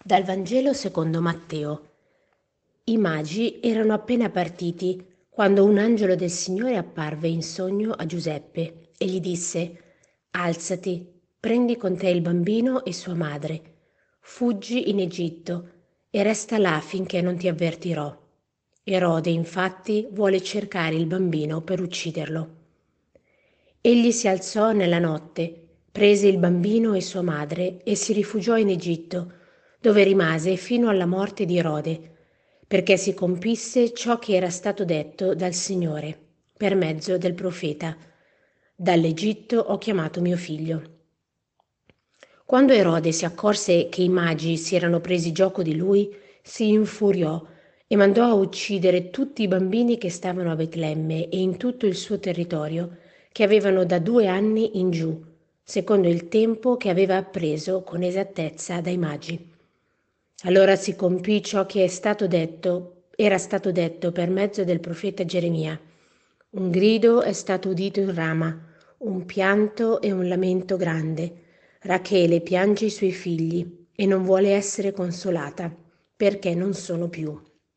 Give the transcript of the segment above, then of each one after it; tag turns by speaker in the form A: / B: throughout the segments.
A: Dal Vangelo secondo Matteo. I magi erano appena partiti quando un angelo del Signore apparve in sogno a Giuseppe e gli disse: Alzati, prendi con te il bambino e sua madre, fuggi in Egitto e resta là finché non ti avvertirò. Erode, infatti, vuole cercare il bambino per ucciderlo. Egli si alzò nella notte, prese il bambino e sua madre e si rifugiò in Egitto, dove rimase fino alla morte di Erode, perché si compisse ciò che era stato detto dal Signore per mezzo del profeta: Dall'Egitto ho chiamato mio figlio. Quando Erode si accorse che i magi si erano presi gioco di lui, si infuriò e mandò a uccidere tutti i bambini che stavano a Betlemme e in tutto il suo territorio, che avevano da 2 anni in giù, secondo il tempo che aveva appreso con esattezza dai magi. Allora si compì ciò che era stato detto per mezzo del profeta Geremia. Un grido è stato udito in Rama, un pianto e un lamento grande. Rachele piange i suoi figli e non vuole essere consolata, perché non sono più.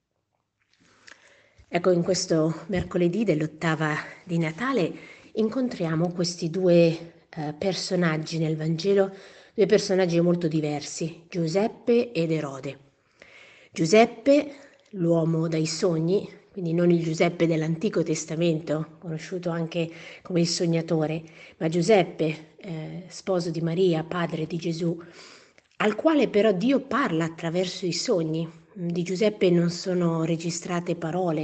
A: Ecco, in questo mercoledì dell'ottava di Natale incontriamo questi due personaggi nel Vangelo, due personaggi molto diversi, Giuseppe ed Erode. Giuseppe, l'uomo dai sogni, quindi non il Giuseppe dell'Antico Testamento, conosciuto anche come il sognatore, ma Giuseppe, sposo di Maria, padre di Gesù, al quale però Dio parla attraverso i sogni. Di Giuseppe non sono registrate parole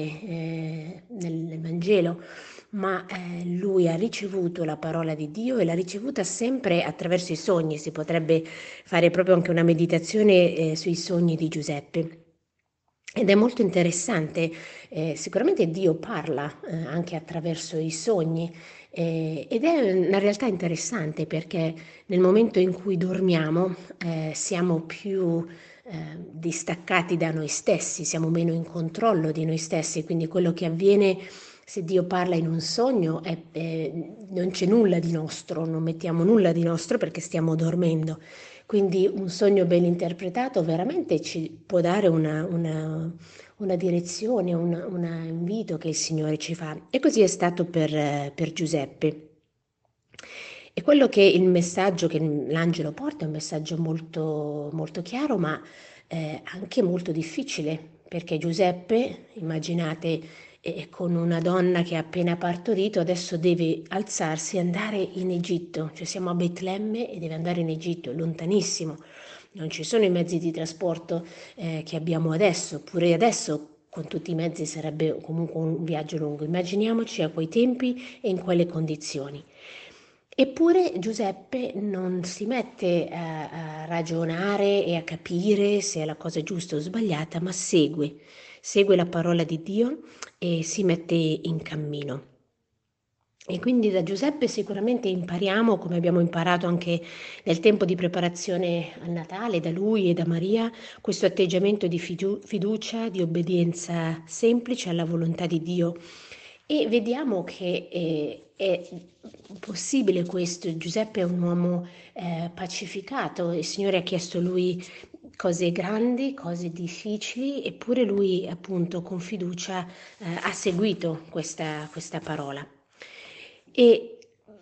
A: nel Vangelo, ma lui ha ricevuto la parola di Dio e l'ha ricevuta sempre attraverso i sogni. Si potrebbe fare proprio anche una meditazione sui sogni di Giuseppe. Ed è molto interessante, sicuramente Dio parla anche attraverso i sogni ed è una realtà interessante perché nel momento in cui dormiamo siamo più distaccati da noi stessi, siamo meno in controllo di noi stessi, quindi quello che avviene se Dio parla in un sogno non c'è nulla di nostro, non mettiamo nulla di nostro perché stiamo dormendo. Quindi un sogno ben interpretato veramente ci può dare una direzione, un invito che il Signore ci fa. E così è stato per Giuseppe. E quello che il messaggio che l'angelo porta è un messaggio molto, molto chiaro, ma anche molto difficile, perché Giuseppe, immaginate, con una donna che ha appena partorito, adesso deve alzarsi e andare in Egitto, cioè siamo a Betlemme e deve andare in Egitto, è lontanissimo, non ci sono i mezzi di trasporto che abbiamo adesso, pure adesso con tutti i mezzi sarebbe comunque un viaggio lungo, immaginiamoci a quei tempi e in quelle condizioni. Eppure Giuseppe non si mette a ragionare e a capire se è la cosa giusta o sbagliata, ma segue la parola di Dio e si mette in cammino. E quindi da Giuseppe sicuramente impariamo, come abbiamo imparato anche nel tempo di preparazione al Natale, da lui e da Maria, questo atteggiamento di fiducia, di obbedienza semplice alla volontà di Dio. E vediamo che è possibile questo. Giuseppe è un uomo pacificato, il Signore ha chiesto a lui cose grandi, cose difficili, eppure lui appunto con fiducia ha seguito questa parola. E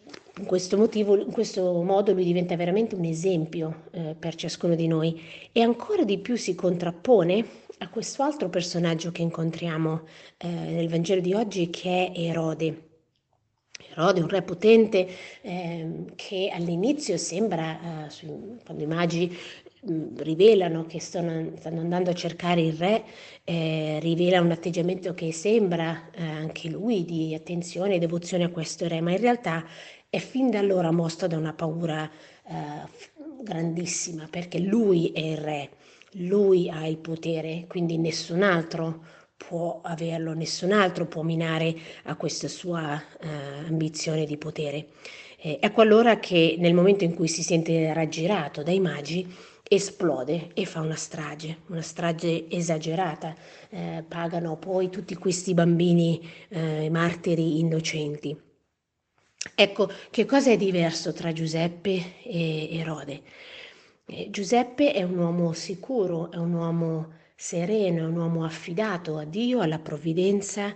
A: in questo modo lui diventa veramente un esempio per ciascuno di noi e ancora di più si contrappone a questo altro personaggio che incontriamo nel Vangelo di oggi, che è Erode. Erode, un re potente che all'inizio sembra, quando i magi rivelano che stanno andando a cercare il re, rivela un atteggiamento che sembra anche lui di attenzione e devozione a questo re, ma in realtà è fin da allora mosso da una paura grandissima, perché lui è il re, lui ha il potere, quindi nessun altro può averlo, nessun altro può minare a questa sua ambizione di potere. Ecco allora che nel momento in cui si sente raggirato dai magi, esplode e fa una strage esagerata. Pagano poi tutti questi bambini martiri innocenti. Ecco, che cosa è diverso tra Giuseppe e Erode? Giuseppe è un uomo sicuro, è un uomo sereno, è un uomo affidato a Dio, alla provvidenza,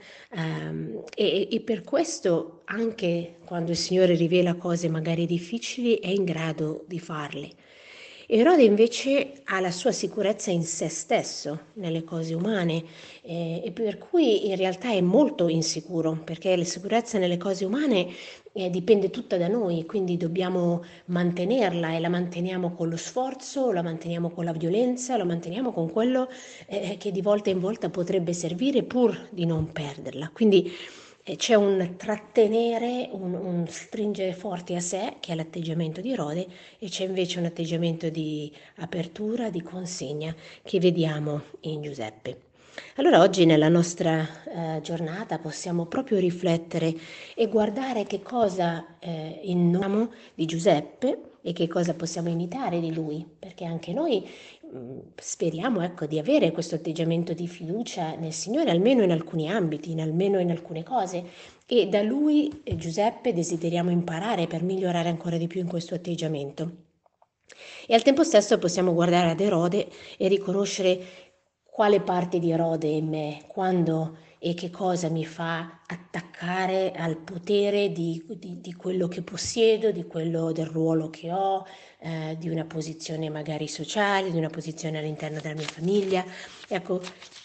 A: e per questo anche quando il Signore rivela cose magari difficili è in grado di farle. Erode invece ha la sua sicurezza in se stesso, nelle cose umane, e per cui in realtà è molto insicuro, perché la sicurezza nelle cose umane dipende tutta da noi, quindi dobbiamo mantenerla, e la manteniamo con lo sforzo, la manteniamo con la violenza, la manteniamo con quello che di volta in volta potrebbe servire pur di non perderla. Quindi c'è un trattenere, un stringere forte a sé, che è l'atteggiamento di Erode, e c'è invece un atteggiamento di apertura, di consegna, che vediamo in Giuseppe. Allora oggi nella nostra giornata possiamo proprio riflettere e guardare che cosa innamo di Giuseppe e che cosa possiamo imitare di lui, perché anche noi speriamo, ecco, di avere questo atteggiamento di fiducia nel Signore, almeno in alcuni ambiti, almeno in alcune cose, e da lui, Giuseppe, desideriamo imparare per migliorare ancora di più in questo atteggiamento. E al tempo stesso possiamo guardare ad Erode e riconoscere quale parte di Erode è in me, quando e che cosa mi fa attaccare al potere di quello che possiedo, di quello del ruolo che ho, di una posizione magari sociale, di una posizione all'interno della mia famiglia. Ecco,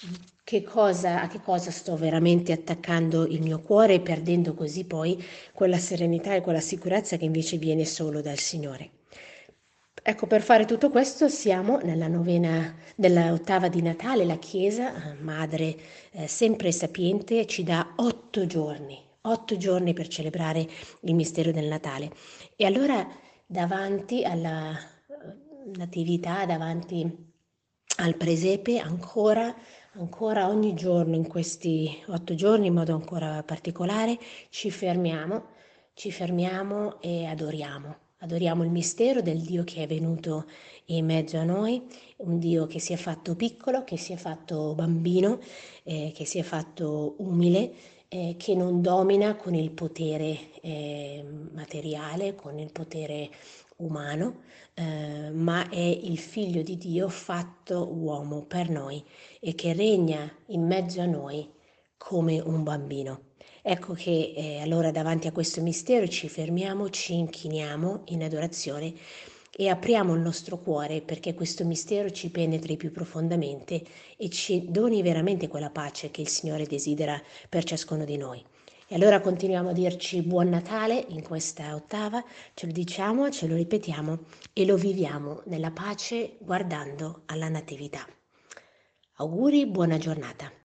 A: a che cosa sto veramente attaccando il mio cuore e perdendo così poi quella serenità e quella sicurezza che invece viene solo dal Signore. Ecco, per fare tutto questo siamo nella novena dell'ottava di Natale. La Chiesa, Madre sempre sapiente, ci dà 8 giorni per celebrare il mistero del Natale. E allora davanti alla Natività, davanti al presepe, ancora ogni giorno in questi 8 giorni, in modo ancora particolare, ci fermiamo e adoriamo. Adoriamo il mistero del Dio che è venuto in mezzo a noi, un Dio che si è fatto piccolo, che si è fatto bambino, che si è fatto umile, che non domina con il potere materiale, con il potere umano, ma è il figlio di Dio fatto uomo per noi e che regna in mezzo a noi come un bambino. Ecco che allora davanti a questo mistero ci fermiamo, ci inchiniamo in adorazione e apriamo il nostro cuore perché questo mistero ci penetri più profondamente e ci doni veramente quella pace che il Signore desidera per ciascuno di noi. E allora continuiamo a dirci buon Natale in questa ottava, ce lo diciamo, ce lo ripetiamo e lo viviamo nella pace guardando alla Natività. Auguri, buona giornata.